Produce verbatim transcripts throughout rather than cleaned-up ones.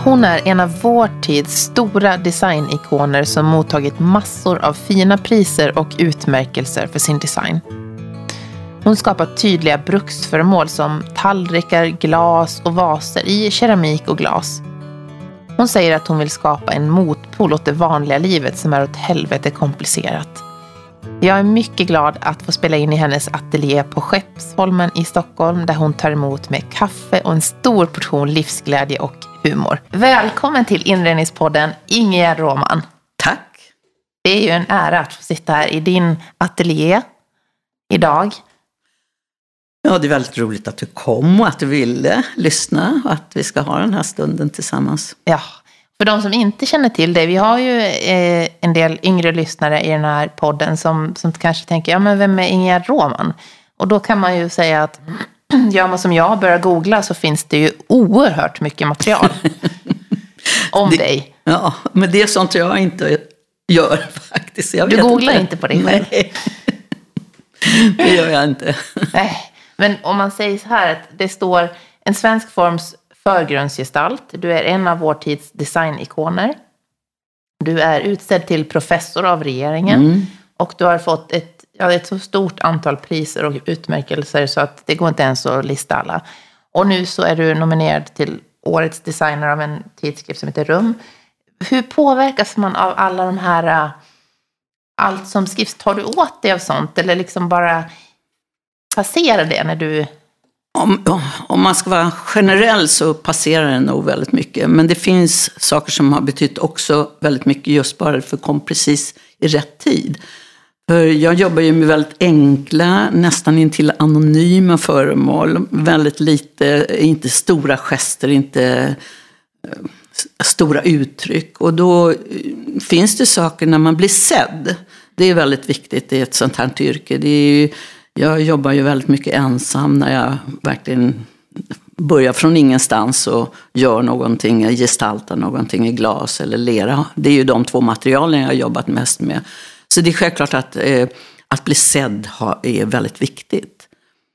Hon är en av vår tids stora designikoner som mottagit massor av fina priser och utmärkelser för sin design. Hon skapar tydliga bruksföremål som tallrikar, glas och vaser i keramik och glas. Hon säger att hon vill skapa en motpol åt det vanliga livet som är åt helvete komplicerat. Jag är mycket glad att få spela in i hennes ateljé på Skeppsholmen i Stockholm, där hon tar emot med kaffe och en stor portion livsglädje och humor. Välkommen till Inredningspodden, Ingegerd Råman. Tack. Det är ju en ära att få sitta här i din ateljé idag. Ja, det är väldigt roligt att du kom och att du ville lyssna och att vi ska ha den här stunden tillsammans. Ja, för de som inte känner till det, vi har ju eh, en del yngre lyssnare i den här podden som, som kanske tänker, ja men vem är Ingegerd Råman? Och då kan man ju säga att gör man som jag, börjar googla, så finns det ju oerhört mycket material om det, dig. Ja, men det är sånt jag inte gör faktiskt. Jag du vet googlar inte. inte på dig själv? Nej, det gör jag inte. Nej, men om man säger så här, att det står en svensk forms förgrundsgestalt. Du är en av vår tids designikoner. Du är utsedd till professor av regeringen. Mm. Och du har fått ett, ja, ett så stort antal priser och utmärkelser så att det går inte ens att lista alla. Och nu så är du nominerad till årets designer av en tidskrift som heter Rum. Hur påverkas man av alla de här, allt som skrivs? Tar du åt dig av sånt eller liksom bara passerar det när du... Om, om man ska vara generell så passerar det nog väldigt mycket. Men det finns saker som har betytt också väldigt mycket just bara för kom precis i rätt tid. För jag jobbar ju med väldigt enkla, nästan intill anonyma föremål. Väldigt lite, inte stora gester, inte stora uttryck. Och då finns det saker när man blir sedd. Det är väldigt viktigt i ett sånt här yrke. Det är ju... Jag jobbar ju väldigt mycket ensam när jag verkligen börjar från ingenstans och gör någonting, gestaltar någonting i glas eller lera. Det är ju de två materialen jag har jobbat mest med. Så det är självklart att, eh, att bli sedd är väldigt viktigt.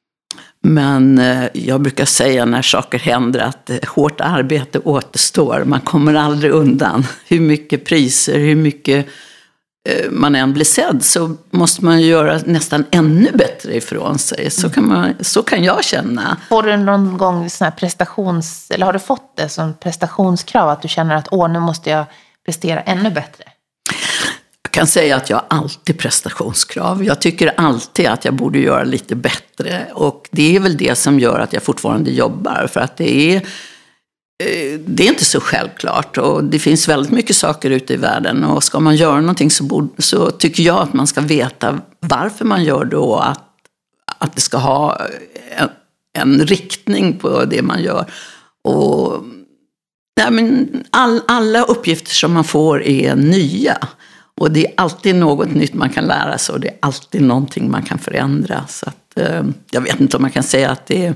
Men eh, jag brukar säga när saker händer att eh, hårt arbete återstår. Man kommer aldrig undan. Hur mycket priser, hur mycket... man än blir sedd så måste man göra nästan ännu bättre ifrån sig. Så kan, man, så kan jag känna. Får du någon gång sån här prestations... Eller har du fått det som prestationskrav att du känner att åh, nu måste jag prestera ännu bättre? Jag kan säga att jag har alltid prestationskrav. Jag tycker alltid att jag borde göra lite bättre. Och det är väl det som gör att jag fortfarande jobbar. För att det är... Det är inte så självklart och det finns väldigt mycket saker ute i världen och ska man göra någonting så, borde, så tycker jag att man ska veta varför man gör det och att, att det ska ha en, en riktning på det man gör. Och, nej, men all, alla uppgifter som man får är nya och det är alltid något nytt man kan lära sig och det är alltid någonting man kan förändra. Så att, jag vet inte om man kan säga att det är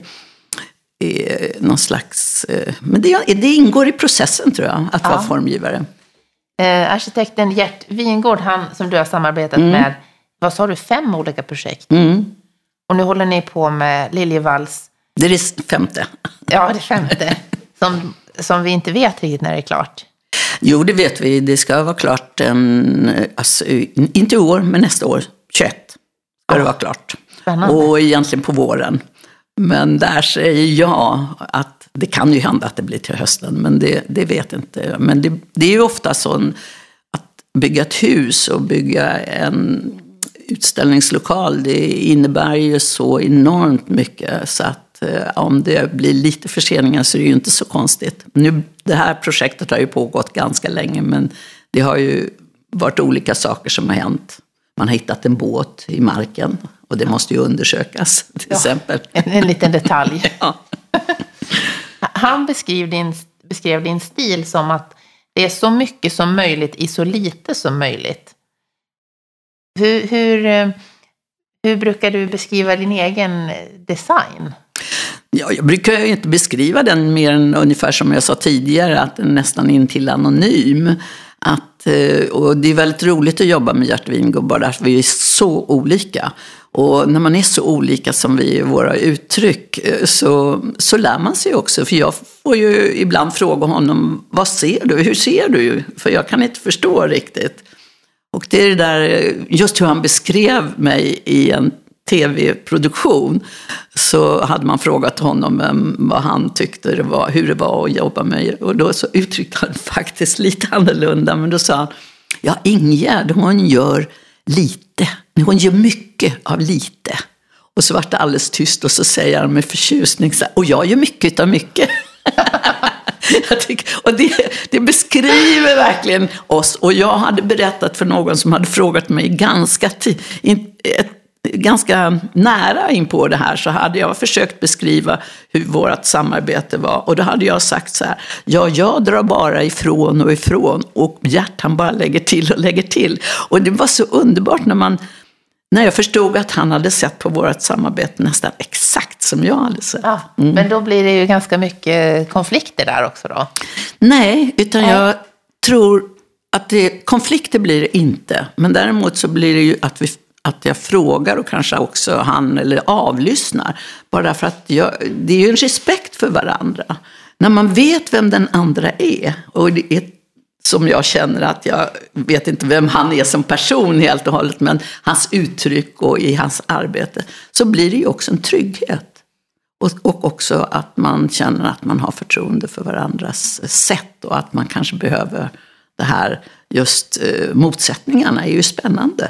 är någon slags... Men det, det ingår i processen, tror jag, att ja. vara formgivare. Eh, arkitekten Gert Wingård, han som du har samarbetat mm. med, vad sa du, fem olika projekt? Mm. Och nu håller ni på med Liljevalchs... Det är det femte. Ja, det femte. som, som vi inte vet riktigt när det är klart. Jo, det vet vi. Det ska vara klart en, alltså, inte i år, men nästa år. tjugoett ska ja. det vara klart. Spännande. Och egentligen på våren. Men där säger jag att det kan ju hända att det blir till hösten, men det, det vet inte. Men det, det är ju ofta så att bygga ett hus och bygga en utställningslokal, det innebär ju så enormt mycket så att om det blir lite förseningar så är det ju inte så konstigt. Nu, det här projektet har ju pågått ganska länge, men det har ju varit olika saker som har hänt. Man har hittat en båt i marken och det måste ju undersökas till ja, exempel. En, en liten detalj. Ja. Han beskrev din, beskrev din stil som att det är så mycket som möjligt i så lite som möjligt. Hur, hur, hur brukar du beskriva din egen design? Ja, jag brukar ju inte beskriva den mer än ungefär som jag sa tidigare, att den nästan intill anonym. Att, och det är väldigt roligt att jobba med Gert Wingård bara att vi är så olika. Och när man är så olika som vi i våra uttryck så, så lär man sig också. För jag får ju ibland fråga honom, vad ser du? Hur ser du? För jag kan inte förstå riktigt. Och det är det där, just hur han beskrev mig i en tv-produktion, så hade man frågat honom um, vad han tyckte det var, hur det var att jobba med mig. Och då så uttryckte han faktiskt lite annorlunda, men då sa han, ja, Ingegärd, hon gör lite. Hon gör mycket av lite. Och så var det alldeles tyst och så säger han med förtjusning så här, och jag gör mycket av mycket. Jag tycker, och det, det beskriver verkligen oss. Och jag hade berättat för någon som hade frågat mig ganska, t- in, ett, ganska nära in på det här, så hade jag försökt beskriva hur vårt samarbete var. Och då hade jag sagt så här, ja, jag drar bara ifrån och ifrån och Gert han bara lägger till och lägger till. Och det var så underbart när man När jag förstod att han hade sett på vårt samarbete nästan exakt som jag hade sett. Ja, mm. Men då blir det ju ganska mycket konflikter där också då? Nej, utan Nej. jag tror att det, konflikter blir det inte. Men däremot så blir det ju att, vi, att jag frågar och kanske också han eller avlyssnar. Bara därför att jag, det är ju en respekt för varandra. När man vet vem den andra är, och det är som jag känner att jag vet inte vem han är som person helt och hållet, men hans uttryck och i hans arbete, så blir det ju också en trygghet. Och, och också att man känner att man har förtroende för varandras sätt och att man kanske behöver det här, just eh, motsättningarna är ju spännande.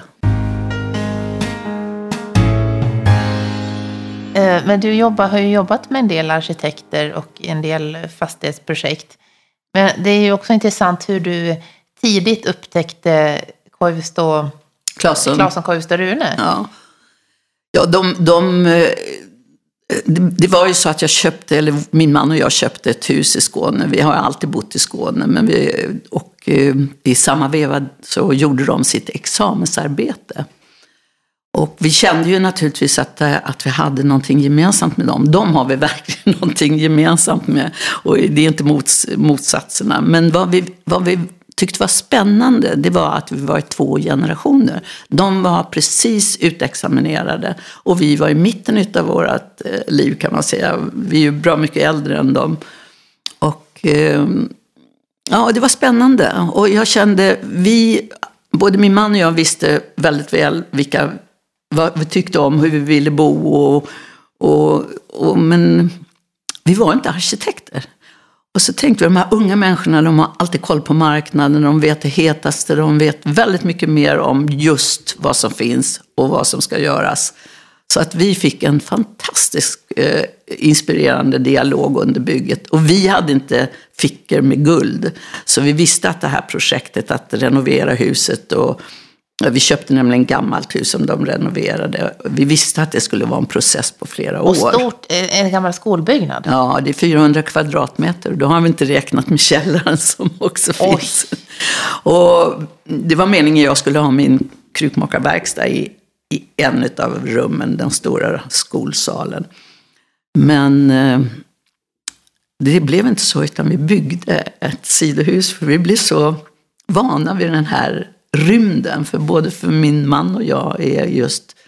Men du jobbar, har ju jobbat med en del arkitekter och en del fastighetsprojekt. Men det är ju också intressant hur du tidigt upptäckte Koivisto, Claesson Koivisto Rune. Ja, ja de, de, det, det var ju så att jag köpte, eller min man och jag köpte ett hus i Skåne. Vi har alltid bott i Skåne, men vi, och i samma veva så gjorde de sitt examensarbete. Och vi kände ju naturligtvis att, att vi hade någonting gemensamt med dem. De har vi verkligen någonting gemensamt med. Och det är inte mots, motsatserna. Men vad vi, vad vi tyckte var spännande, det var att vi var i två generationer. De var precis utexaminerade. Och vi var i mitten av vårt liv, kan man säga. Vi är ju bra mycket äldre än dem. Och ja, det var spännande. Och jag kände, vi, både min man och jag visste väldigt väl vilka... vad vi tyckte om, hur vi ville bo och, och, och, men vi var inte arkitekter. Och så tänkte vi, de här unga människorna, de har alltid koll på marknaden, de vet det hetaste, de vet väldigt mycket mer om just vad som finns och vad som ska göras. Så att vi fick en fantastisk eh, inspirerande dialog under bygget. Och vi hade inte fickor med guld. Så vi visste att det här projektet, att renovera huset, och vi köpte nämligen ett gammalt hus som de renoverade. Vi visste att det skulle vara en process på flera år. Och stort, en gammal skolbyggnad? Ja, det är fyrahundra kvadratmeter. Då har vi inte räknat med källaren som också Oj. finns. Och det var meningen att jag skulle ha min krukmakarverkstad i, i en av rummen, den stora skolsalen. Men eh, det blev inte så, utan vi byggde ett sidohus. För vi blev så vana vid den här rymden, för både för min man och jag är just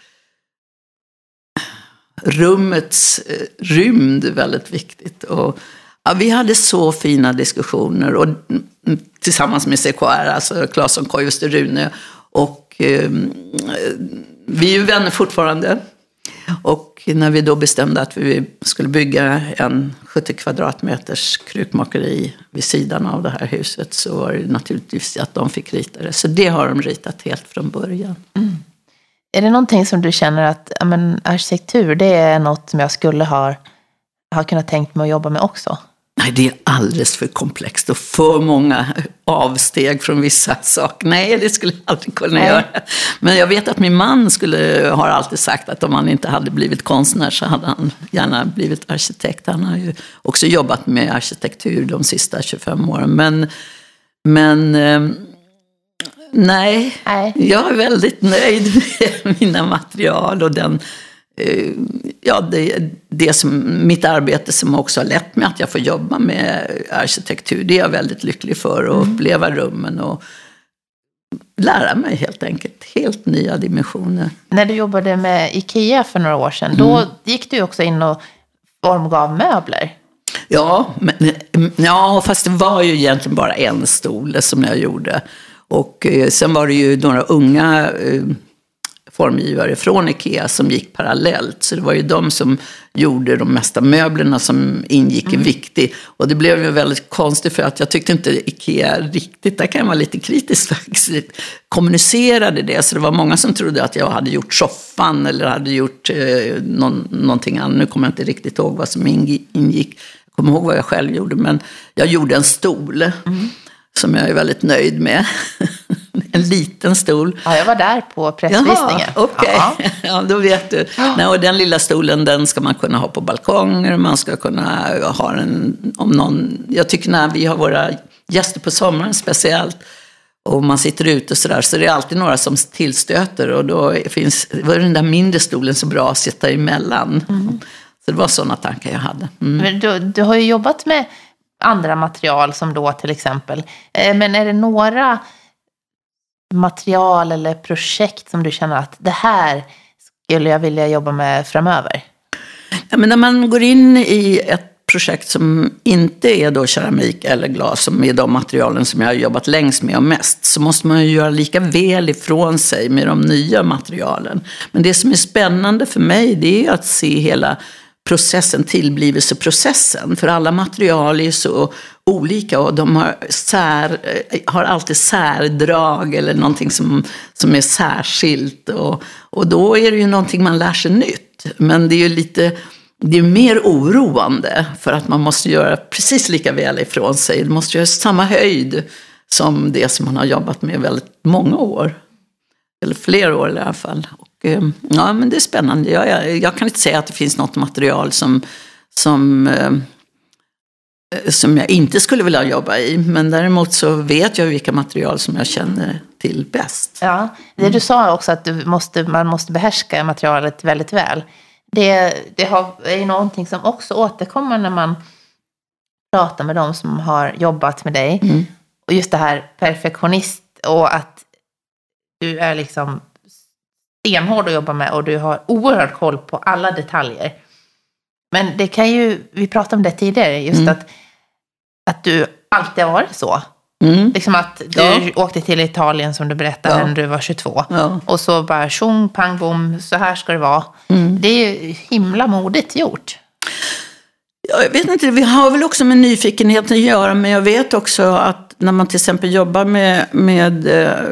rummets rymd väldigt viktigt. Och ja, vi hade så fina diskussioner, och tillsammans med C K R, alltså Claesson Koivisto Rune, och eh, vi är ju vänner fortfarande. Och när vi då bestämde att vi skulle bygga en sjuttio kvadratmeters krukmakeri vid sidan av det här huset, så var det naturligtvis att de fick rita det. Så det har de ritat helt från början. Mm. Är det någonting som du känner att ja, men, arkitektur, det är något som jag skulle ha, ha kunnat tänkt mig att jobba med också? Nej, det är alldeles för komplext och för många avsteg från vissa saker. Nej, det skulle jag aldrig kunna Nej. göra. Men jag vet att min man skulle, har alltid sagt att om han inte hade blivit konstnär så hade han gärna blivit arkitekt. Han har ju också jobbat med arkitektur de sista tjugofem åren. Men, men eh, nej, nej, jag är väldigt nöjd med mina material och den... Ja, det, det som mitt arbete som också har lett mig att jag får jobba med arkitektur, det är jag väldigt lycklig för, och uppleva rummen och lära mig helt enkelt. Helt nya dimensioner. När du jobbade med IKEA för några år sedan, mm. då gick du också in och formgav möbler. Ja, men, ja, fast det var ju egentligen bara en stol som jag gjorde. Och eh, sen var det ju några unga eh, formgivare från IKEA som gick parallellt. Så det var ju de som gjorde de mesta möblerna som ingick mm. i Viktig. Och det blev ju väldigt konstigt för att jag tyckte inte IKEA riktigt, där kan jag vara lite kritisk faktiskt, kommunicerade det. Så det var många som trodde att jag hade gjort soffan eller hade gjort eh, någon, någonting annat. Nu kommer jag inte riktigt ihåg vad som ingick. Jag kommer ihåg vad jag själv gjorde, men jag gjorde en stol. Mm. Som jag är väldigt nöjd med. En liten stol. Ja, jag var där på pressvisningen. Okej, okay. Ja, då vet du. Nej, och den lilla stolen, den ska man kunna ha på balkonger. Man ska kunna ha den om någon... Jag tycker när vi har våra gäster på sommaren speciellt. Och man sitter ute och sådär. Så det är alltid några som tillstöter. Och då finns var den där mindre stolen så bra att sitta emellan. Mm. Så det var sådana tankar jag hade. Mm. Men du, du har ju jobbat med andra material som då till exempel. Men är det några material eller projekt som du känner att det här skulle jag vilja jobba med framöver? Ja, men när man går in i ett projekt som inte är då keramik eller glas, som är de materialen som jag har jobbat längst med och mest, så måste man ju göra lika väl ifrån sig med de nya materialen. Men det som är spännande för mig, det är att se hela processen, tillblivelseprocessen. För alla material är så olika och de har, sär, har alltid särdrag eller någonting som, som är särskilt. Och, och då är det ju någonting man lär sig nytt. Men det är ju lite, det är mer oroande för att man måste göra precis lika väl ifrån sig. Det måste göra samma höjd som det som man har jobbat med väldigt många år. Eller flera år i alla fall. Ja, men det är spännande. Jag, jag, jag kan inte säga att det finns något material som, som, eh, som jag inte skulle vilja jobba i. Men däremot så vet jag vilka material som jag känner till bäst. Ja, det du sa också att du måste, man måste behärska materialet väldigt väl. Det, det har, är ju någonting som också återkommer när man pratar med de som har jobbat med dig. Mm. Och just det här perfektionist och att du är liksom stenhård att jobba med och du har oerhört koll på alla detaljer. Men det kan ju, vi pratade om det tidigare, just mm. att, att du alltid har varit så. Mm. Liksom att du ja. åkte till Italien som du berättade ja. när du var tjugotvå. Ja. Och så bara tjong, pang, bom, så här ska det vara. Mm. Det är ju himla modigt gjort. Jag vet inte, vi har väl också med nyfikenheten att göra, men jag vet också att när man till exempel jobbar med, med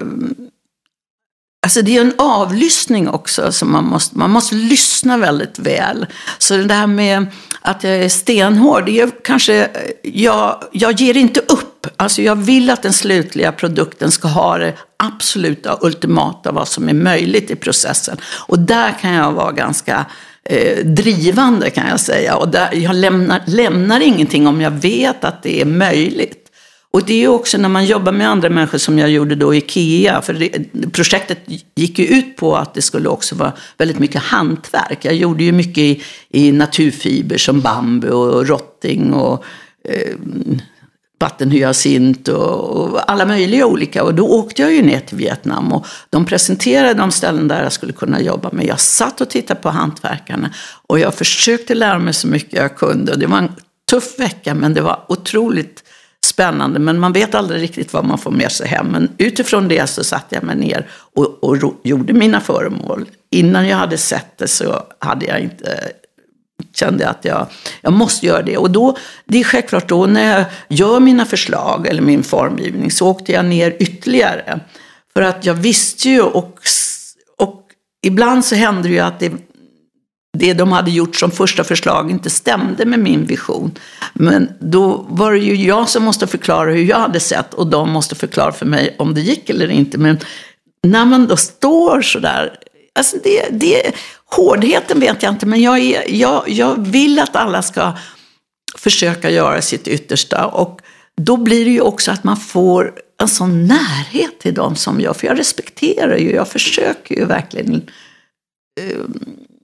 alltså det är en avlyssning också som man måste, man måste lyssna väldigt väl. Så det här med att jag är stenhård, det är kanske, jag, jag ger inte upp. Alltså jag vill att den slutliga produkten ska ha det absoluta ultimata vad som är möjligt i processen. Och där kan jag vara ganska eh, drivande kan jag säga. Och där, jag lämnar, lämnar ingenting om jag vet att det är möjligt. Och det är också när man jobbar med andra människor som jag gjorde då i IKEA. För det, projektet gick ju ut på att det skulle också vara väldigt mycket hantverk. Jag gjorde ju mycket i, i naturfiber som bambu och rotting och eh, vattenhyacint och, och alla möjliga olika. Och då åkte jag ju ner till Vietnam och de presenterade de ställen där jag skulle kunna jobba med. Jag satt och tittade på hantverkarna och jag försökte lära mig så mycket jag kunde. Och det var en tuff vecka, men det var otroligt spännande, men man vet aldrig riktigt vad man får med sig hem. Men utifrån det så satt jag mig ner och, och ro, gjorde mina föremål. Innan jag hade sett det så hade jag inte, kände jag att jag, jag måste göra det. Och då, det är självklart då när jag gör mina förslag eller min formgivning så åkte jag ner ytterligare. För att jag visste ju och, och ibland så hände det ju att det det de hade gjort som första förslag inte stämde med min vision. Men då var det ju jag som måste förklara hur jag hade sett och de måste förklara för mig om det gick eller inte. Men när man då står så där, alltså det, det, hårdheten vet jag inte, men jag, är, jag, jag vill att alla ska försöka göra sitt yttersta och då blir det ju också att man får en sån närhet till dem som jag, för jag respekterar ju, jag försöker ju verkligen um,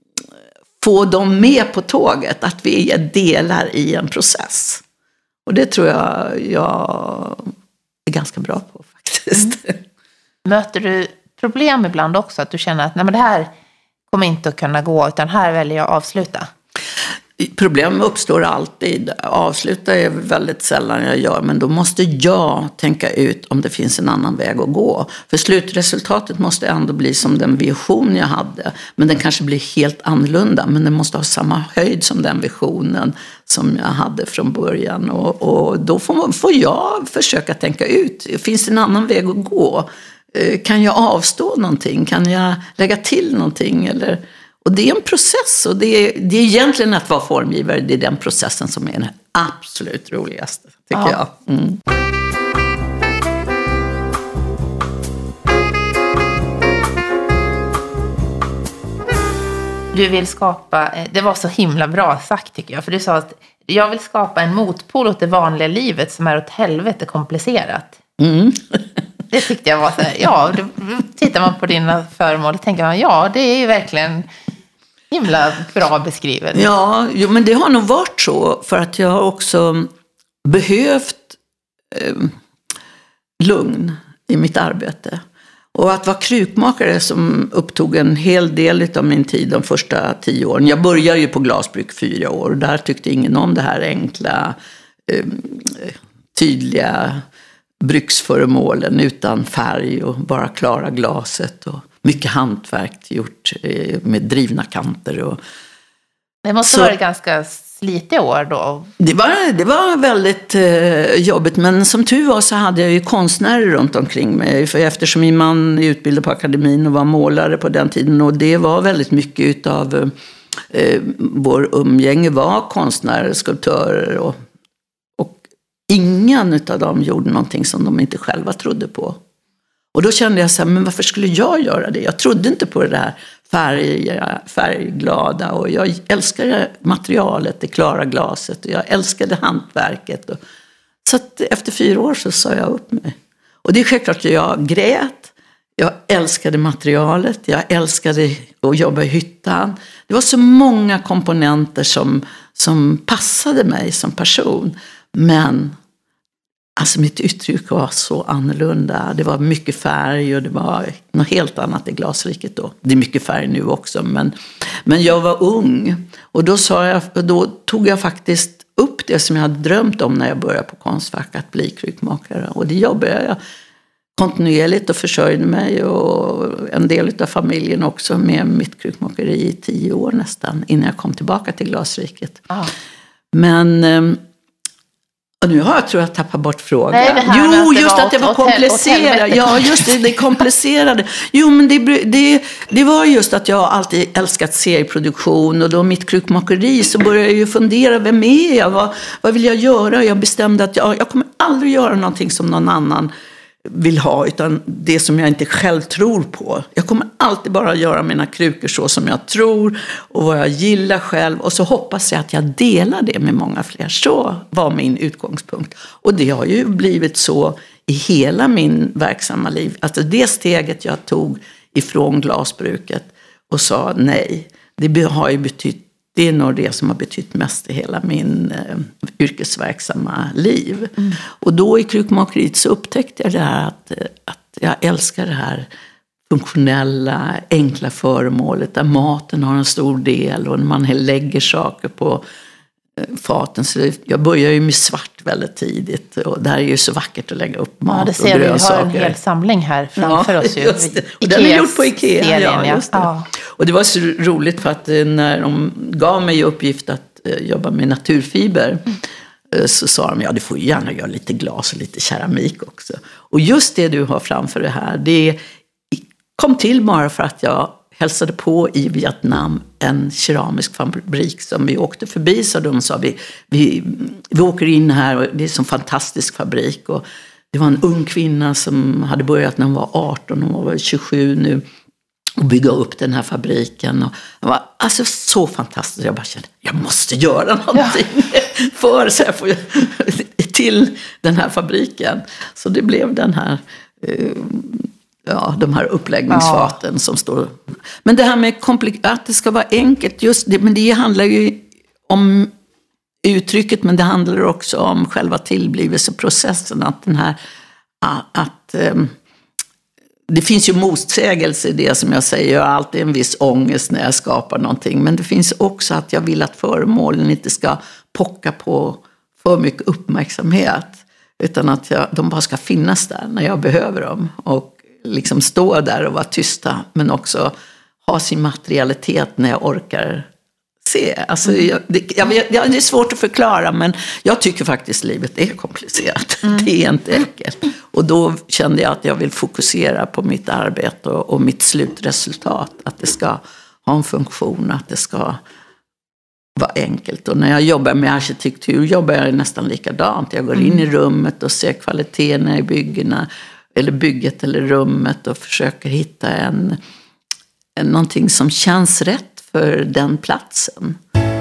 få dem med på tåget, att vi är delar i en process. Och det tror jag jag är ganska bra på faktiskt. Mm. Möter du problem ibland också? Att du känner att nej, men det här kommer inte att kunna gå, utan här väljer jag att avsluta? Problem uppstår alltid. Avsluta är väldigt sällan jag gör, men då måste jag tänka ut om det finns en annan väg att gå. För slutresultatet måste ändå bli som den vision jag hade, men den kanske blir helt annorlunda, men den måste ha samma höjd som den visionen som jag hade från början. Och, och då får, man, får jag försöka tänka ut, finns det en annan väg att gå? Kan jag avstå någonting? Kan jag lägga till någonting? Eller... Och det är en process, och det är, det är egentligen att vara formgivare, det är den processen som är den absolut roligaste, tycker ja. jag. Mm. Du vill skapa, det var så himla bra sagt tycker jag, för du sa att jag vill skapa en motpol åt det vanliga livet som är åt helvete komplicerat. Mm. Det tyckte jag var så här, ja, då tittar man på dina föremål och tänker man, ja, det är ju verkligen himla bra beskrivet. Ja, jo, men det har nog varit så, för att jag har också behövt eh, lugn i mitt arbete. Och att vara krukmakare som upptog en hel del av min tid de första tio åren. Jag började ju på glasbruk fyra år, och där tyckte ingen om det här enkla, eh, tydliga bruksföremålen utan färg och bara klara glaset och mycket hantverk gjort med drivna kanter. Och det måste så, vara ganska slitiga år då. Det var, det var väldigt eh, jobbigt, men som tur var så hade jag ju konstnärer runt omkring mig. För eftersom min man är utbildad på akademin och var målare på den tiden, och det var väldigt mycket av eh, vår umgänge var konstnärer, skulptörer, och, och ingen av dem gjorde någonting som de inte själva trodde på. Och då kände jag så här, men varför skulle jag göra det? Jag trodde inte på det här färg, färgglada, och jag älskade materialet, det klara glaset, och jag älskade hantverket. Och, så att efter fyra år så sa jag upp mig. Och det är självklart att jag grät, jag älskade materialet, jag älskade att jobba i hyttan. Det var så många komponenter som, som passade mig som person, men alltså mitt uttryck var så annorlunda. Det var mycket färg och det var något helt annat i glasriket då. Det är mycket färg nu också, men, men jag var ung. Och då, sa jag, då tog jag faktiskt upp det som jag hade drömt om när jag började på Konstfack, att bli krukmakare. Och det jobbade jag kontinuerligt och försörjde mig och en del av familjen också med mitt krukmakeri i tio år nästan, innan jag kom tillbaka till glasriket. Ah. Men... Och nu har jag tror jag tappat bort frågan. Nej, det här jo, att det just var att det var åt, komplicerat. åt ja, just det, det komplicerade. Jo, men det, det, det var just att jag alltid älskat serieproduktion, och då mitt krukmakeri så började jag ju fundera, vem är jag? Vad, vad vill jag göra? Jag bestämde att jag, jag kommer aldrig göra någonting som någon annan vill ha, utan det som jag inte själv tror på. Jag kommer alltid bara göra mina krukor så som jag tror och vad jag gillar själv, och så hoppas jag att jag delar det med många fler. Så var min utgångspunkt, och det har ju blivit så i hela min verksamma liv. Alltså det steget jag tog ifrån glasbruket och sa nej, det har ju betytt, det är nog det som har betytt mest i hela min eh, yrkesverksamma liv. Mm. Och då i krukmakeriet så upptäckte jag det här att, att jag älskar det här funktionella, enkla föremålet där maten har en stor del och man lägger saker på eh, faten. Så det, jag börjar ju med svart väldigt tidigt, och det här är ju så vackert att lägga upp mat, ja, det ser och grönsaker. Vi har en hel samling här framför ja, oss. Ju. Just det. Och den är gjort på Ikea. Serien, ja, just det. Ja. Och det var så roligt för att när de gav mig uppgift att uh, jobba med naturfiber, mm. uh, så sa de, ja, du får gärna göra lite glas och lite keramik också. Och just det du har framför det här, det kom till bara för att jag hälsade på i Vietnam en keramisk fabrik som vi åkte förbi, så de sa vi, vi, vi åker in här och det är en sån fantastisk fabrik, och det var en ung kvinna som hade börjat när hon var arton, hon var tjugosju nu, och bygga upp den här fabriken, och det var alltså så fantastiskt. Jag bara kände, jag måste göra någonting ja. för så jag får till den här fabriken, så det blev den här ja, de här uppläggningsfaten ja. som står. Men det här med komplik- att det ska vara enkelt, just det, men det handlar ju om uttrycket, men det handlar också om själva tillblivelseprocessen, att den här att um, det finns ju motsägelse i det som jag säger. Jag har alltid en viss ångest när jag skapar någonting. Men det finns också att jag vill att föremålen inte ska pocka på för mycket uppmärksamhet. Utan att jag, de bara ska finnas där när jag behöver dem. Och liksom stå där och vara tysta. Men också ha sin materialitet när jag orkar se. Alltså, jag, det, jag, jag, det är svårt att förklara, men jag tycker faktiskt livet är komplicerat. Mm. Det är inte enkelt. Och då kände jag att jag vill fokusera på mitt arbete och, och mitt slutresultat. Att det ska ha en funktion, att det ska vara enkelt. Och när jag jobbar med arkitektur jobbar jag nästan likadant. Jag går in i rummet och ser kvaliteterna i byggena, eller bygget eller rummet, och försöker hitta en, en någonting som känns rätt för den platsen.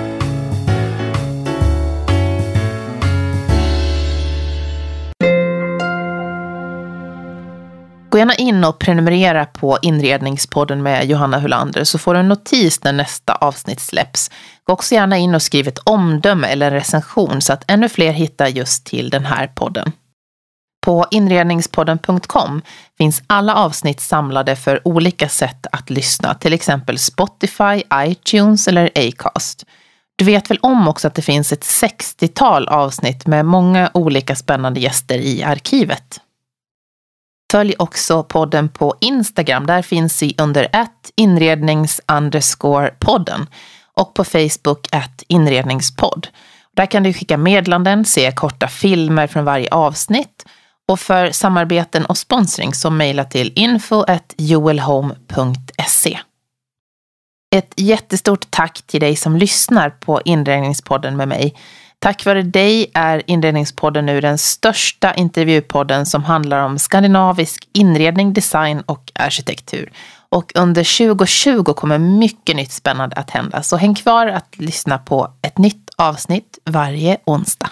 Gå gärna in och prenumerera på Inredningspodden med Johanna Hulander, så får du en notis när nästa avsnitt släpps. Gå också gärna in och skriv ett omdöme eller en recension så att ännu fler hittar just till den här podden. På inredningspodden punkt com finns alla avsnitt samlade för olika sätt att lyssna, till exempel Spotify, iTunes eller Acast. Du vet väl om också att det finns ett sextiotal avsnitt med många olika spännande gäster i arkivet. Följ också podden på Instagram, där finns vi under at inrednings underscore podden, och på Facebook at inredningspodd. Där kan du skicka meddelanden, se korta filmer från varje avsnitt. Och för samarbeten och sponsring så mejla till info at joelhome punkt se. Ett jättestort tack till dig som lyssnar på Inredningspodden med mig. Tack vare dig är Inredningspodden nu den största intervjupodden som handlar om skandinavisk inredning, design och arkitektur. Och under tjugo tjugo kommer mycket nytt spännande att hända. Så häng kvar att lyssna på ett nytt avsnitt varje onsdag.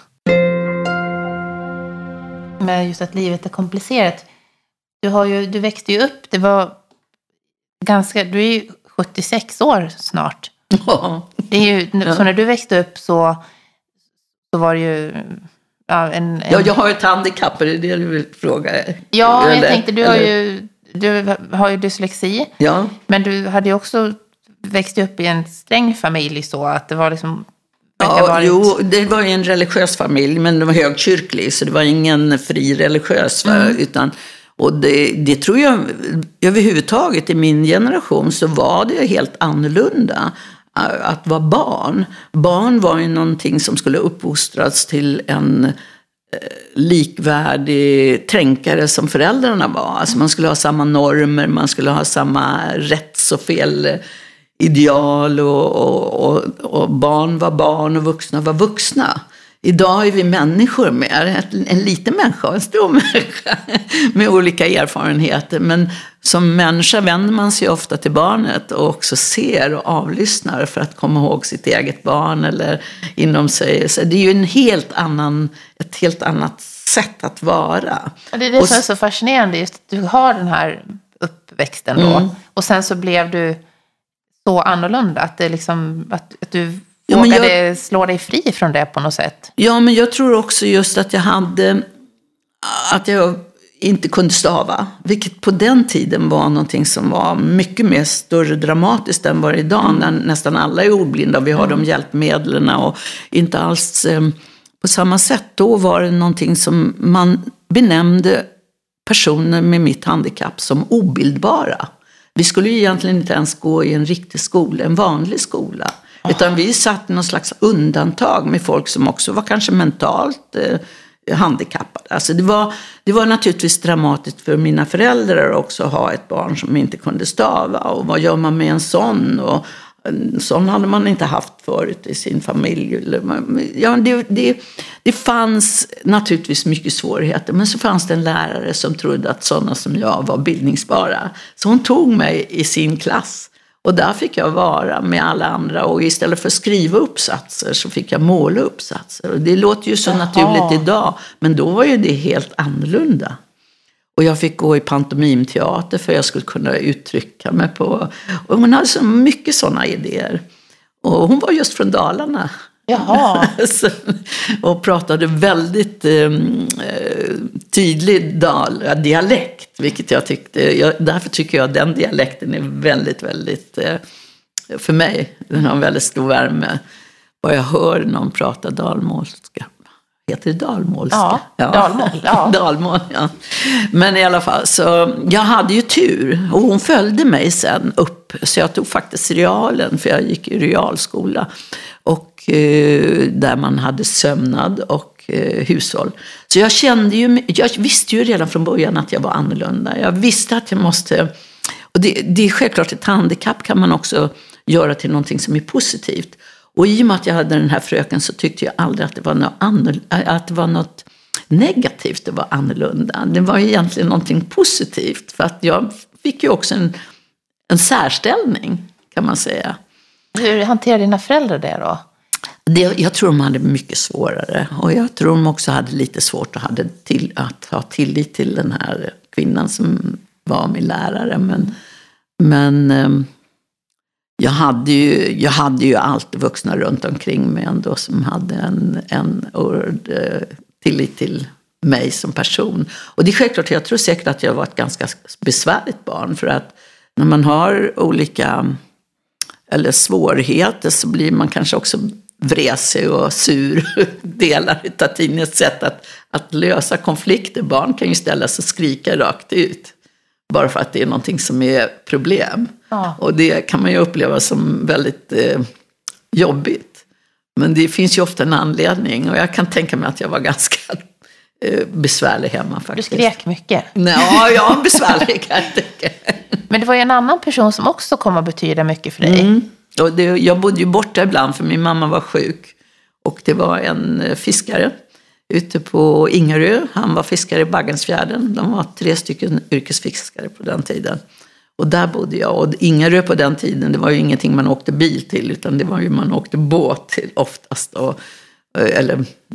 Med just att livet är komplicerat. Du, har ju, du växte ju upp, det var ganska, du är ju sjuttiosex år snart. Ja. Det är ju, ja. Så när du växte upp så, så var det ju ja, en, en... Ja, jag har ett handikapp, det är det du vill fråga. Ja, eller, jag tänkte, du har, eller... ju, du har ju dyslexi. Ja. Men du hade ju också växt upp i en sträng familj, så att det var liksom... Ja, varit... jo, det var ju en religiös familj, men det var högkyrklig, så det var ingen fri religiös. Mm. Utan, och det, det tror jag, överhuvudtaget i min generation så var det helt annorlunda att vara barn. Barn var ju någonting som skulle uppfostras till en eh, likvärdig tänkare som föräldrarna var. Alltså man skulle ha samma normer, man skulle ha samma rätts och fel ideal, och, och, och, och barn var barn och vuxna var vuxna. Idag är vi människor mer, en liten människa och en stor människa med olika erfarenheter. Men som människa vänder man sig ofta till barnet och också ser och avlyssnar för att komma ihåg sitt eget barn eller inom sig. Så det är ju en helt annan, ett helt annat sätt att vara. Och det är det och, som är så fascinerande, just att du har den här uppväxten då. Mm. Och sen så blev du så annorlunda att, det liksom, att, att du ja, vågade jag, slå dig fri från det på något sätt. Ja, men jag tror också just att jag hade att jag inte kunde stava, vilket på den tiden var någonting som var mycket mer större dramatiskt än vad det är idag, mm. när nästan alla är ordblinda och vi har mm. de hjälpmedlen och inte alls eh, på samma sätt. Då var det någonting som man benämnde personer med mitt handikapp som obildbara. Vi skulle ju egentligen inte ens gå i en riktig skola, en vanlig skola. Oh. Utan vi satt i någon slags undantag med folk som också var kanske mentalt eh, handikappade. Alltså det var, det var naturligtvis dramatiskt för mina föräldrar också att ha ett barn som inte kunde stava. Och vad gör man med en sån? Och en sån hade man inte haft förut i sin familj. Ja, det, det, det fanns naturligtvis mycket svårigheter. Men så fanns det en lärare som trodde att sådana som jag var bildningsbara. Så hon tog mig i sin klass. Och där fick jag vara med alla andra. Och istället för att skriva uppsatser så fick jag måla uppsatser. Och det låter ju så Jaha. naturligt idag. Men då var ju det helt annorlunda. Och jag fick gå i pantomimteater för jag skulle kunna uttrycka mig på. Och hon hade så mycket sådana idéer. Och hon var just från Dalarna. Jaha. Och pratade väldigt eh, tydlig dal, dialekt, vilket jag tyckte, jag, därför tycker jag att den dialekten är väldigt, väldigt, eh, för mig, den har en väldigt stor värme. Vad jag hör någon prata dalmålska. Heter det dalmålska? Ja, ja. Dalmål. Ja. Dalmål, ja. Men i alla fall, så jag hade ju tur. Och hon följde mig sen upp. Så jag tog faktiskt realen, för jag gick i realskola. Och eh, där man hade sömnad och eh, hushåll. Så jag kände ju, jag visste ju redan från början att jag var annorlunda. Jag visste att jag måste, och det, det är självklart, ett handikapp kan man också göra till någonting som är positivt. Och i och med att jag hade den här fröken så tyckte jag aldrig att det var något, annorl- att det var något negativt att vara annorlunda. Det var egentligen någonting positivt, för att jag fick ju också en, en särställning, kan man säga. Hur hanterade dina föräldrar det då? Det, jag tror de hade mycket svårare. Och jag tror de också hade lite svårt att, hade till, att ha tillit till den här kvinnan som var min lärare. Men... men Jag hade, ju, jag hade ju alltid vuxna runt omkring mig ändå som hade en, en ord, tillit till mig som person. Och det är självklart, jag tror säkert att jag var ett ganska besvärligt barn. För att när man har olika eller svårigheter så blir man kanske också vresig och sur delar av tiden. Ett sätt att, att lösa konflikter. Barn kan ju ställa sig och skrika rakt ut. Bara för att det är någonting som är problem. Ja. Och det kan man ju uppleva som väldigt eh, jobbigt. Men det finns ju ofta en anledning. Och jag kan tänka mig att jag var ganska eh, besvärlig hemma faktiskt. Du skrek mycket. Ja, jag är besvärlig kan jag tänka. Men det var ju en annan person som också kom att betyda mycket för dig. Mm. Och det, jag bodde ju borta ibland för min mamma var sjuk. Och det var en eh, fiskare ute på Ingerö. Han var fiskare i Baggensfjärden. De var tre stycken yrkesfiskare på den tiden. Och där bodde jag. Och Ingerö på den tiden, det var ju ingenting man åkte bil till. Utan det var ju man åkte båt till oftast. Och, eller,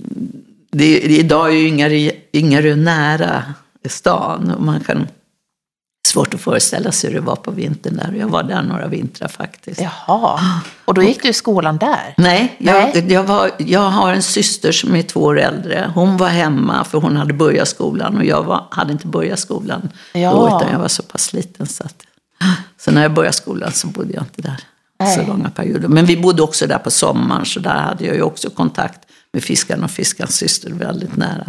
det, det, idag är ju Ingerö, Ingerö nära stan. Och man kan... Svårt att föreställa sig hur det var på vintern där. Jag var där några vintrar faktiskt. Jaha, och då gick du i skolan där? Nej, jag, Nej. Jag, var, jag har en syster som är två år äldre. Hon var hemma för hon hade börjat skolan. Och jag var, hade inte börjat skolan ja. då, utan jag var så pass liten. Så, att, så när jag började skolan så bodde jag inte där. Nej. Så långa perioder. Men vi bodde också där på sommaren. Så där hade jag ju också kontakt med fiskarna och fiskarens syster väldigt nära.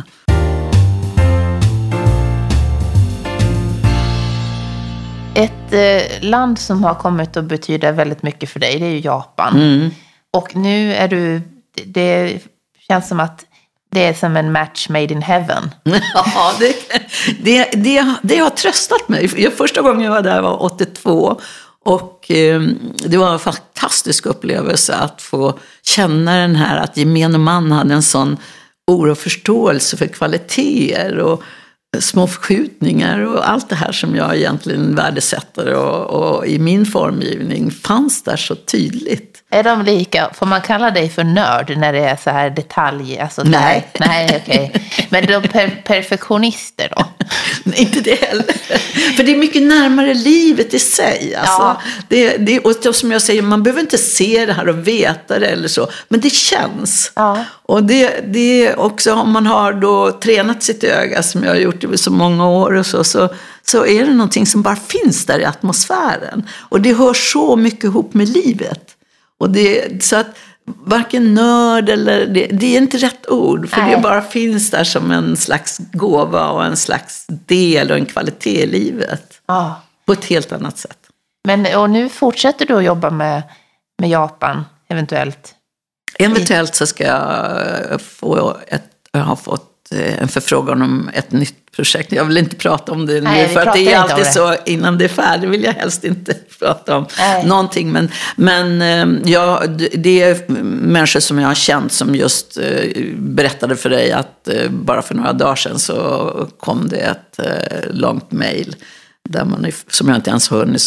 Ett eh, land som har kommit att betyda väldigt mycket för dig, det är ju Japan. Mm. Och nu är du, det känns som att det är som en match made in heaven. Ja, det, det, det, det har tröstat mig. Jag, första gången jag var där var åttiotvå. Och eh, det var en fantastisk upplevelse att få känna den här, att gemene man hade en sån oro och förståelse för kvaliteter och små förskjutningar och allt det här som jag egentligen värdesätter och, och i min formgivning fanns där så tydligt. Är de lika? Får man kalla dig för nörd när det är så här detalj? Alltså Nej. Här, nej, okej. Okay. Men de per- perfektionister då? Inte det heller. För det är mycket närmare livet i sig. Alltså, ja. det, det, och som jag säger, man behöver inte se det här och veta det eller så. Men det känns. Ja. Och det, det är också, om man har då tränat sitt öga som jag har gjort i så många år och så, så, så är det någonting som bara finns där i atmosfären. Och det hör så mycket ihop med livet. Och det, så att varken nörd eller, det, det är inte rätt ord. För Nej. Det bara finns där som en slags gåva och en slags del och en kvalitet i livet. Ja. På ett helt annat sätt. Men, och nu fortsätter du att jobba med, med Japan eventuellt? Eventuellt så ska jag få ett, jag har fått en förfrågan om ett nytt projekt. Jag vill inte prata om det Nej, nu, för att det är alltid det. så, innan det är färdigt vill jag helst inte prata om Nej. någonting. Men, men ja, det är människor som jag har känt som just berättade för dig att bara för några dagar sedan så kom det ett långt mejl där man, som jag inte ens hunnit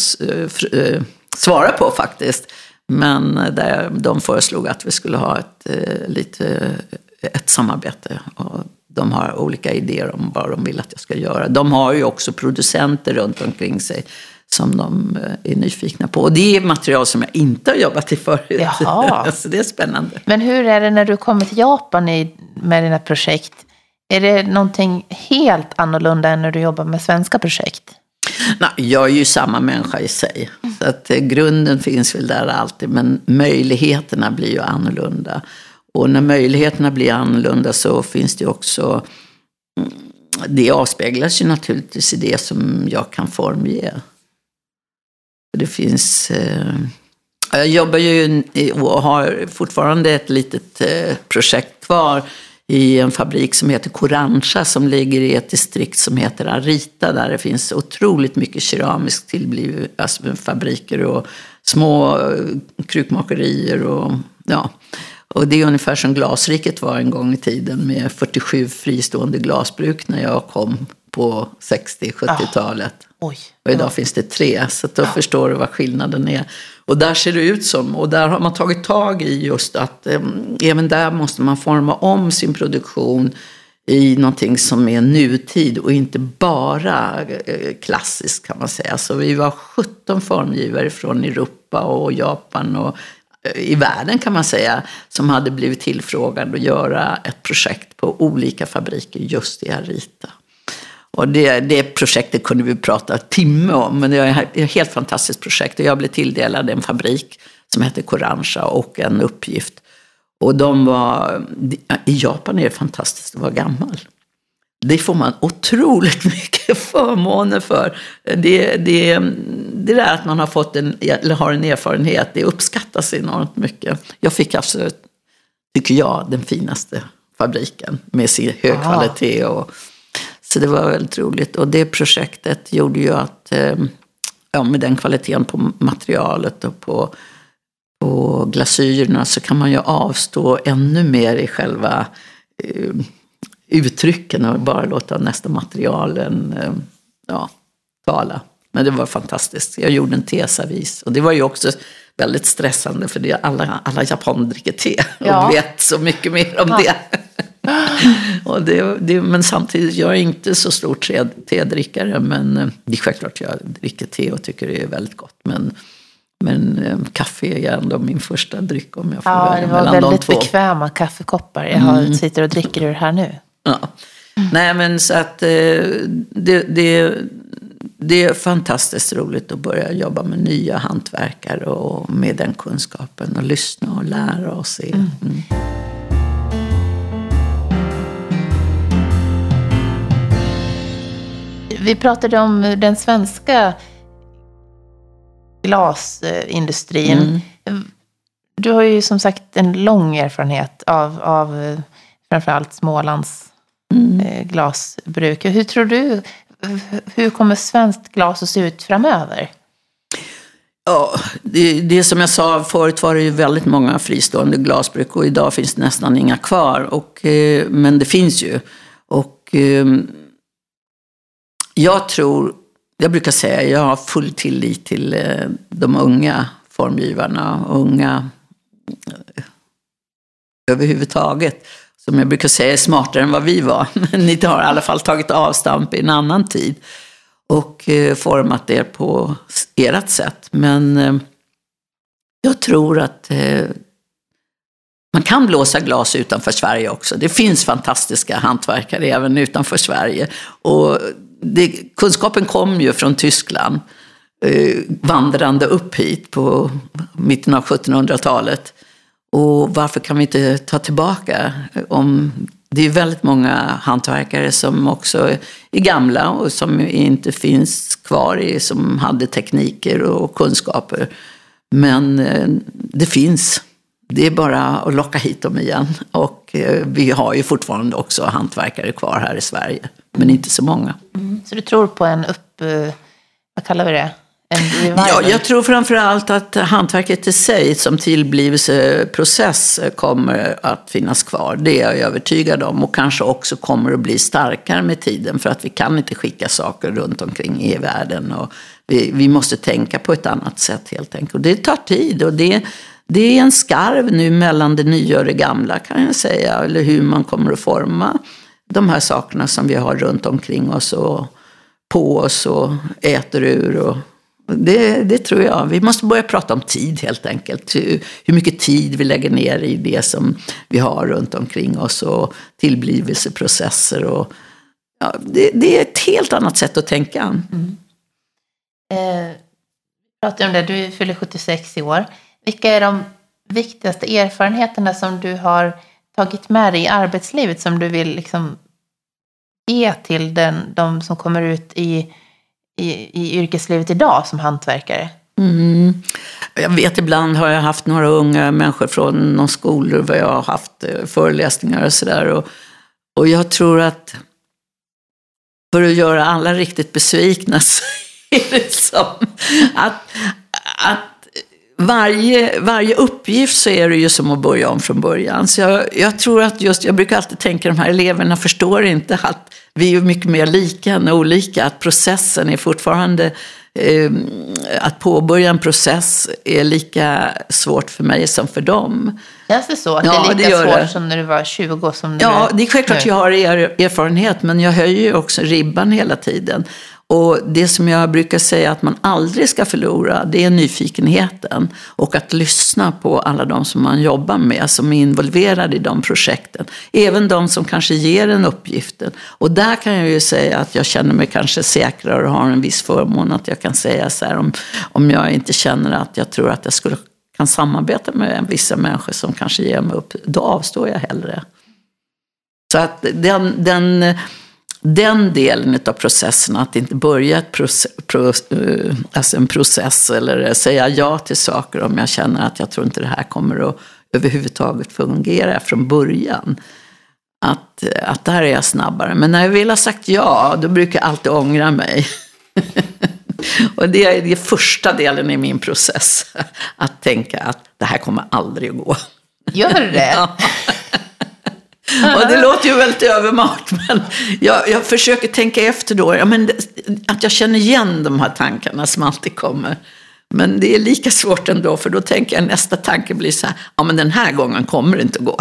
svara på faktiskt. Men där de föreslog att vi skulle ha ett, lite, ett samarbete. Och de har olika idéer om vad de vill att jag ska göra. De har ju också producenter runt omkring sig som de är nyfikna på. Och det är material som jag inte har jobbat i förut. Jaha. Så det är spännande. Men hur är det när du kommer till Japan i, med dina projekt? Är det någonting helt annorlunda än när du jobbar med svenska projekt? Nej, jag är ju samma människa i sig. Så att grunden finns väl där alltid. Men möjligheterna blir ju annorlunda. Och när möjligheterna blir annorlunda så finns det också... Det avspeglas ju naturligtvis i det som jag kan formge. Det finns... Eh, jag jobbar ju och har fortfarande ett litet eh, projekt kvar i en fabrik som heter Koransha som ligger i ett distrikt som heter Arita där det finns otroligt mycket keramiskt tillbliv, alltså fabriker och små krukmakerier och ja. Och det är ungefär som Glasriket var en gång i tiden med fyrtiosju fristående glasbruk när jag kom på sextio-sjuttiotalet. Ah, oj. Och idag finns det tre, så då ah. förstår du vad skillnaden är. Och där ser det ut som, och där har man tagit tag i just att eh, även där måste man forma om sin produktion i någonting som är nutid och inte bara eh, klassiskt kan man säga. Så vi var sjutton formgivare från Europa och Japan och i världen kan man säga, som hade blivit tillfrågade att göra ett projekt på olika fabriker just i Arita. Och det, det projektet kunde vi prata timme om, men det är ett helt fantastiskt projekt. Och jag blev tilldelad en fabrik som heter Koransha och en uppgift. Och de var, i Japan är det fantastiskt att vara gammal. Det får man otroligt mycket förmåner för. Det, det, det där att man har fått en, eller har en erfarenhet, det uppskattas enormt mycket. Jag fick alltså, tycker jag, den finaste fabriken med sin hög Aha. kvalitet. Och, så det var väldigt roligt. Och det projektet gjorde ju att, ja, med den kvaliteten på materialet och på, på glasyrerna så kan man ju avstå ännu mer i själva... uttrycken och bara låta nästa materialen ja, tala. Men det var fantastiskt. Jag gjorde en teservis. Och det var ju också väldigt stressande för det alla, alla japaner dricker te och ja. vet så mycket mer om ja. det. och det, det. Men samtidigt, jag är inte så stor te, tedrickare, men det är självklart jag dricker te och tycker det är väldigt gott. Men, men kaffe är ändå min första dryck om jag får ja, välja mellan de två. Ja, det var väldigt bekväma kaffekoppar. Jag har, mm. sitter och dricker ur här nu. Ja. Mm. Nej, men så att det, det, det är fantastiskt roligt att börja jobba med nya hantverkare och med den kunskapen och lyssna och lära och se. Mm. Mm. Vi pratade om den svenska glasindustrin. Mm. Du har ju som sagt en lång erfarenhet av, av framförallt Smålands mm. glasbruk. Hur tror du, hur kommer svenskt glas att se ut framöver? Ja, det, det som jag sa förut var det ju väldigt många fristående glasbruk och idag finns det nästan inga kvar. Och, men det finns ju. Och jag tror, jag brukar säga, jag har full tillit till de unga formgivarna, unga överhuvudtaget. Som jag brukar säga är smartare än vad vi var. Men ni har i alla fall tagit avstamp i en annan tid. Och eh, format det på ert sätt. Men eh, jag tror att eh, man kan blåsa glas utanför Sverige också. Det finns fantastiska hantverkare även utanför Sverige. Och det, kunskapen kom ju från Tyskland. Eh, vandrande upp hit på mitten av sjuttonhundratalet. Och varför kan vi inte ta tillbaka? Om, det är väldigt många hantverkare som också är gamla och som inte finns kvar i, som hade tekniker och kunskaper. Men det finns. Det är bara att locka hit dem igen. Och vi har ju fortfarande också hantverkare kvar här i Sverige. Men inte så många. Mm. Så du tror på en upp... Vad kallar vi det? Ja, jag tror framförallt att hantverket i sig som tillblivelseprocess kommer att finnas kvar. Det är jag övertygad om och kanske också kommer att bli starkare med tiden för att vi kan inte skicka saker runt omkring i världen och vi, vi måste tänka på ett annat sätt helt enkelt. Och det tar tid och det, det är en skarv nu mellan det nya och det gamla kan jag säga, eller hur man kommer att forma de här sakerna som vi har runt omkring oss och på oss och äter ur och Det, det tror jag. Vi måste börja prata om tid helt enkelt. Hur, hur mycket tid vi lägger ner i det som vi har runt omkring oss och tillblivelseprocesser. Och, ja, det, det är ett helt annat sätt att tänka. Mm. Eh, pratar om det, du fyller sjuttiosex i år. Vilka är de viktigaste erfarenheterna som du har tagit med dig i arbetslivet som du vill liksom ge till den, de som kommer ut i, i, i yrkeslivet idag som hantverkare? Mm. Jag vet, ibland har jag haft några unga människor från någon skolor där jag har haft föreläsningar och sådär. Och, och jag tror att för att göra alla riktigt besvikna så är det som att, att varje, varje uppgift så är det ju som att börja om från början. Så jag, jag tror att just, jag brukar alltid tänka att de här eleverna förstår inte att vi är mycket mer lika än olika. Att processen är fortfarande, eh, att påbörja en process är lika svårt för mig som för dem. Känns det så? Att ja, det är lika det svårt det. som när du var tjugo? Som ja, du... det är självklart att jag har erfarenhet, men jag höjer ju också ribban hela tiden. Och det som jag brukar säga att man aldrig ska förlora, det är nyfikenheten. Och att lyssna på alla de som man jobbar med, som är involverade i de projekten. Även de som kanske ger en uppgiften. Och där kan jag ju säga att jag känner mig kanske säkrare och har en viss förmån att jag kan säga så här. Om, om jag inte känner att jag tror att jag skulle kan samarbeta med vissa människor som kanske ger mig upp, då avstår jag hellre. Så att den... den Den delen av processen, att inte börja ett process, pro, alltså en process eller säga ja till saker om jag känner att jag tror inte det här kommer att överhuvudtaget fungera från början. Att, att där är jag snabbare. Men när jag vill ha sagt ja, då brukar jag alltid ångra mig. Och det är den första delen i min process. Att tänka att det här kommer aldrig att gå. Gör du det? Ja. Och det låter ju väldigt övermart, men jag, jag försöker tänka efter då. Ja, men att jag känner igen de här tankarna som alltid kommer. Men det är lika svårt ändå, för då tänker jag nästa tanke blir så här, ja men den här gången kommer det inte att gå.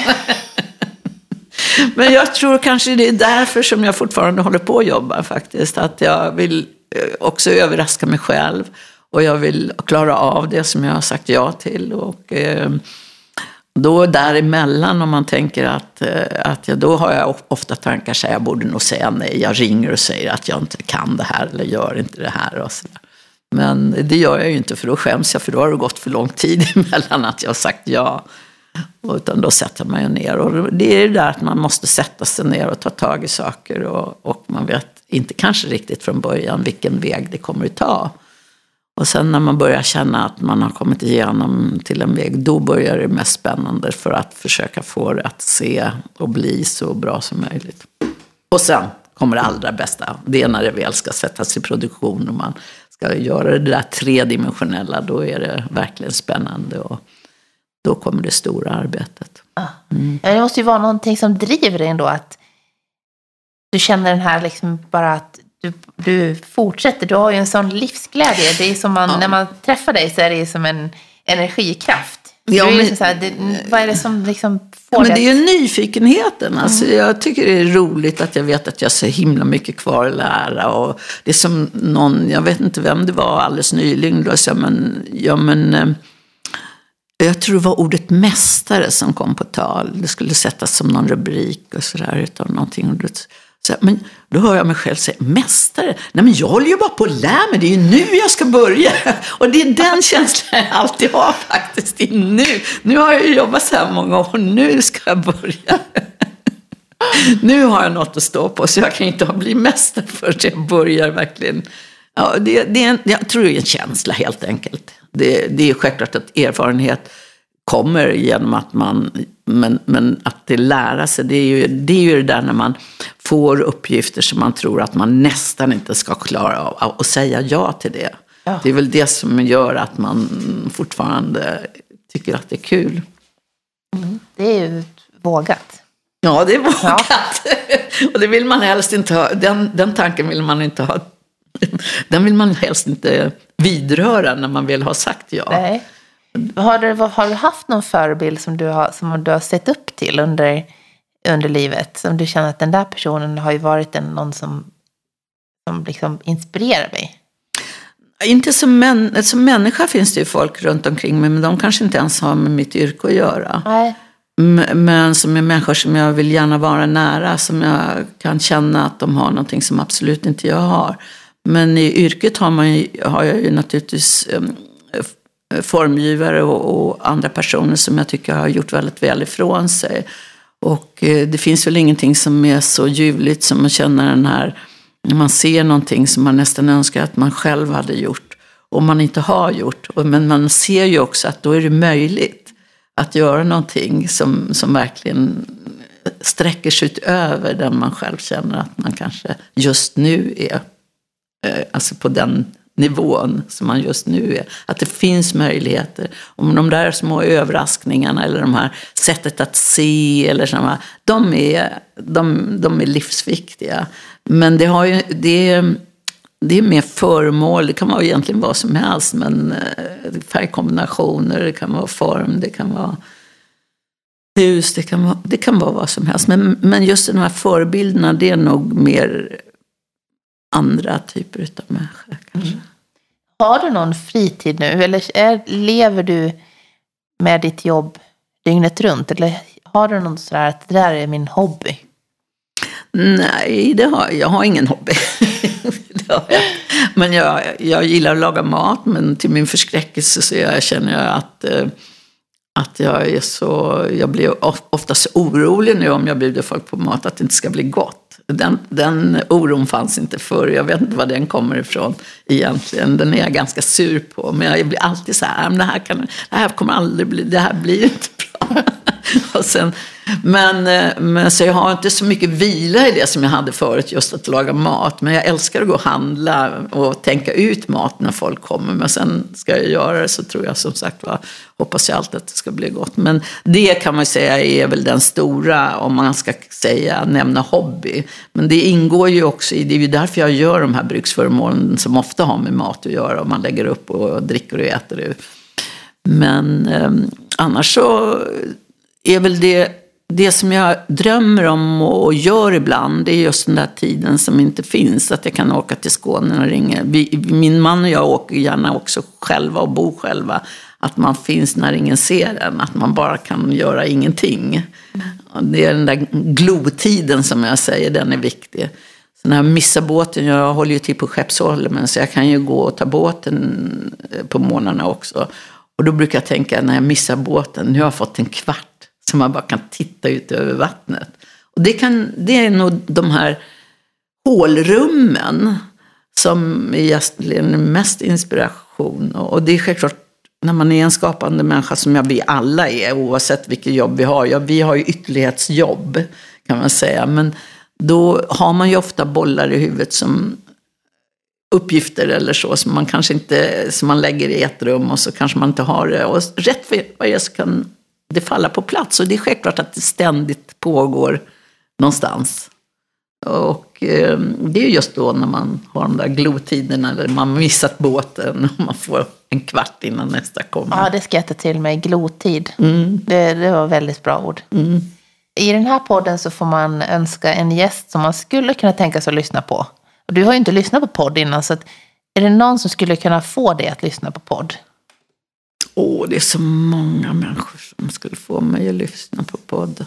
Men jag tror kanske det är därför som jag fortfarande håller på att jobba faktiskt. Att jag vill också överraska mig själv och jag vill klara av det som jag har sagt ja till. Och eh, då däremellan, om man tänker att, att jag, då har jag ofta tankar så här, jag borde nog säga nej. Jag ringer och säger att jag inte kan det här eller gör inte det här och så där. Men det gör jag ju inte, för då skäms jag, för då har det gått för lång tid emellan att jag har sagt ja. Utan då sätter man ju ner. Och det är det där att man måste sätta sig ner och ta tag i saker. Och, och man vet inte kanske riktigt från början vilken väg det kommer att ta. Och sen när man börjar känna att man har kommit igenom till en väg, då börjar det mest spännande för att försöka få det att se och bli så bra som möjligt. Och sen kommer det allra bästa. Det är när det väl ska sättas i produktion och man ska göra det där tredimensionella. Då är det verkligen spännande och då kommer det stora arbetet. Mm. Det måste ju vara någonting som driver dig ändå, att du känner den här liksom bara att du, du fortsätter. Du har ju en sån livsglädje. Det är som man, ja. När man träffar dig så är det som en energikraft. Ja, men, liksom så här, det, vad är det som liksom får men det? Det är ju nyfikenheten. Alltså, mm. Jag tycker det är roligt att jag vet att jag har så himla mycket kvar att lära. Och det är som någon, jag vet inte vem det var alldeles nyligen. Då, så, men, ja, men, jag tror det var ordet mästare som kom på tal. Det skulle sättas som någon rubrik och sådär utan någonting. Så, men då hör jag mig själv säga, mästare? Nej, men jag håller ju bara på att lära mig. Det är ju nu jag ska börja. Och det är den känslan jag alltid har faktiskt. Det är nu. Nu har jag ju jobbat så här många år. Nu ska jag börja. Nu har jag något att stå på. Så jag kan inte bli mästare förrän jag börjar verkligen. Ja, det, det är en, jag tror det är en känsla helt enkelt. Det, det är självklart att erfarenhet kommer genom att man, men, men att det lära sig, det är, ju, det är ju det där när man får uppgifter som man tror att man nästan inte ska klara av och säga ja till det. Ja. Det är väl det som gör att man fortfarande tycker att det är kul. Mm. Det är ju vågat. Ja, det är vågat. Ja. Och det vill man helst inte ha, den, den tanken vill man inte ha. Den vill man helst inte vidröra när man vill ha sagt ja. Nej. Har du, har du haft någon förebild som du har, som du har sett upp till under, under livet? Som du känner att den där personen har ju varit en, någon som, som liksom inspirerar mig? Inte som, män, som människa finns det ju folk runt omkring mig, men de kanske inte ens har med mitt yrke att göra. Nej. Men som är människor som jag vill gärna vara nära, som jag kan känna att de har någonting som absolut inte jag har. Men i yrket har, man ju, har jag ju naturligtvis um, formgivare och, och andra personer som jag tycker har gjort väldigt väl ifrån sig. Och eh, det finns väl ingenting som är så ljuvligt som att känna den här, när man ser någonting som man nästan önskar att man själv hade gjort och man inte har gjort. Men man ser ju också att då är det möjligt att göra någonting som, som verkligen sträcker sig utöver den man själv känner att man kanske just nu är. Eh, alltså på den nivån som man just nu är. Att det finns möjligheter. Om de där små överraskningarna eller de här sättet att se eller sådana, de är, de, de är livsviktiga. Men det, har ju, det, är, det är mer föremål. Det kan vara egentligen vad som helst. Men färgkombinationer, det kan vara form, det kan vara hus, det kan vara, det kan vara vad som helst. Men, men just de här förebilderna, det är nog mer andra typer av människor kanske. Mm. Har du någon fritid nu? Eller är, lever du med ditt jobb dygnet runt? Eller har du någon sådär att det där är min hobby? Nej, det har, jag har ingen hobby. det har jag. Men jag, jag gillar att laga mat, men till min förskräckelse så jag känner jag att, att jag är så, jag blir oftast orolig nu om jag bjuder folk på mat att det inte ska bli gott. Den, den oron fanns inte förr. Jag vet inte var den kommer ifrån egentligen. Den är jag ganska sur på. Men jag blir alltid så här, men det här, kan, det här kommer aldrig bli, det här blir inte bra. Och sen, men, men så jag har inte så mycket vila i det som jag hade förut, just att laga mat. Men jag älskar att gå och handla och tänka ut mat när folk kommer. Men sen ska jag göra det, så tror jag som sagt var, hoppas jag alltid att det ska bli gott. Men det kan man säga är väl den stora, om man ska säga, nämna hobby. Men det ingår ju också i, det är ju därför jag gör de här bruksföremålen som ofta har med mat att göra. Och man lägger upp och dricker och äter det. Men eh, annars så är väl det, det som jag drömmer om och gör ibland, det är just den där tiden som inte finns. Att jag kan åka till Skåne och ringa. Vi, min man och jag åker gärna också själva och bor själva. Att man finns när ingen ser en. Att man bara kan göra ingenting. Mm. Det är den där glotiden som jag säger, den är viktig. Så när jag missar båten, jag håller ju till på Skeppsholmen, så jag kan ju gå och ta båten på morgnarna också. Och då brukar jag tänka, när jag missar båten, nu har jag fått en kvart så man bara kan titta ut över vattnet. Och det, kan, det är nog de här hålrummen som är egentligen mest inspiration. Och det är självklart, när man är en skapande människa som jag, vi alla är, oavsett vilket jobb vi har. Ja, vi har ju ytterlighetsjobb kan man säga. Men då har man ju ofta bollar i huvudet som uppgifter eller så som man kanske inte, som man lägger i ett rum och så kanske man inte har det. Och rätt för vad det så kan det falla på plats. Och det är självklart att det ständigt pågår någonstans. Och eh, det är just då när man har de där glotiderna eller man missat båten och man får en kvart innan nästa kommer. Ja, det ska jag ta till mig, glotid. Mm. Det, det var väldigt bra ord. Mm. I den här podden så får man önska en gäst som man skulle kunna tänka sig att lyssna på. Och du har ju inte lyssnat på podd innan, så att, är det någon som skulle kunna få dig att lyssna på podd? Åh, det är så många människor som skulle få mig att lyssna på podd.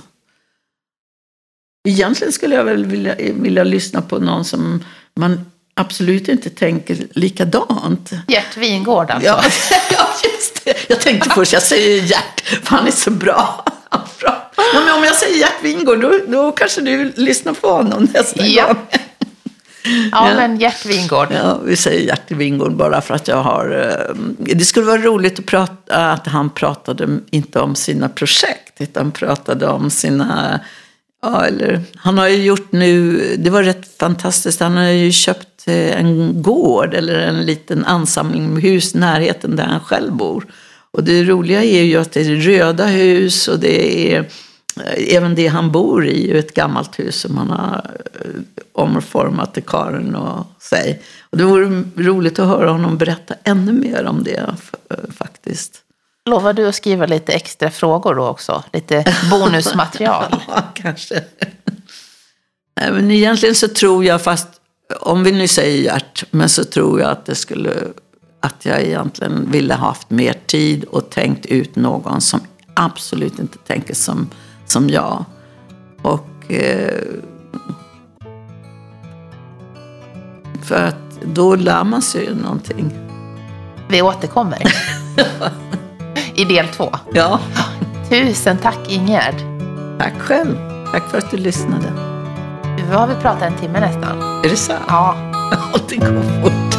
Egentligen skulle jag väl vilja, vilja lyssna på någon som man absolut inte tänker likadant. Gert Wingård alltså. Ja, ja, just det. Jag tänkte först, jag säger Gert, för han är så bra. bra. Ja, men om jag säger Gert Wingård, då, då kanske du lyssnar på honom nästa ja. gång. Ja, ja, men Gert Wingård. Ja, vi säger Gert Wingård bara för att jag har... Det skulle vara roligt att, prata, att han pratade inte om sina projekt, utan pratade om sina... Ja, eller, han har ju gjort nu... Det var rätt fantastiskt. Han har ju köpt en gård eller en liten ansamling med hus i närheten där han själv bor. Och det roliga är ju att det är röda hus och det är... Även det han bor i är ett gammalt hus som han har omformat till Karin och sig. Och det vore roligt att höra honom berätta ännu mer om det faktiskt. Lovar du att skriva lite extra frågor då också? Lite bonusmaterial? Ja, kanske. Nej, men egentligen så tror jag, fast om vi nu säger Gert, men så tror jag att det skulle att jag egentligen ville ha haft mer tid och tänkt ut någon som absolut inte tänker som, som jag. Och eh, för att då lär man sig ju någonting. Vi återkommer i del två. Ja. Tusen tack, Ingegerd. Tack själv. Tack för att du lyssnade. Nu har vi pratat en timme nästan. Är det så? Ja. Allting går fort.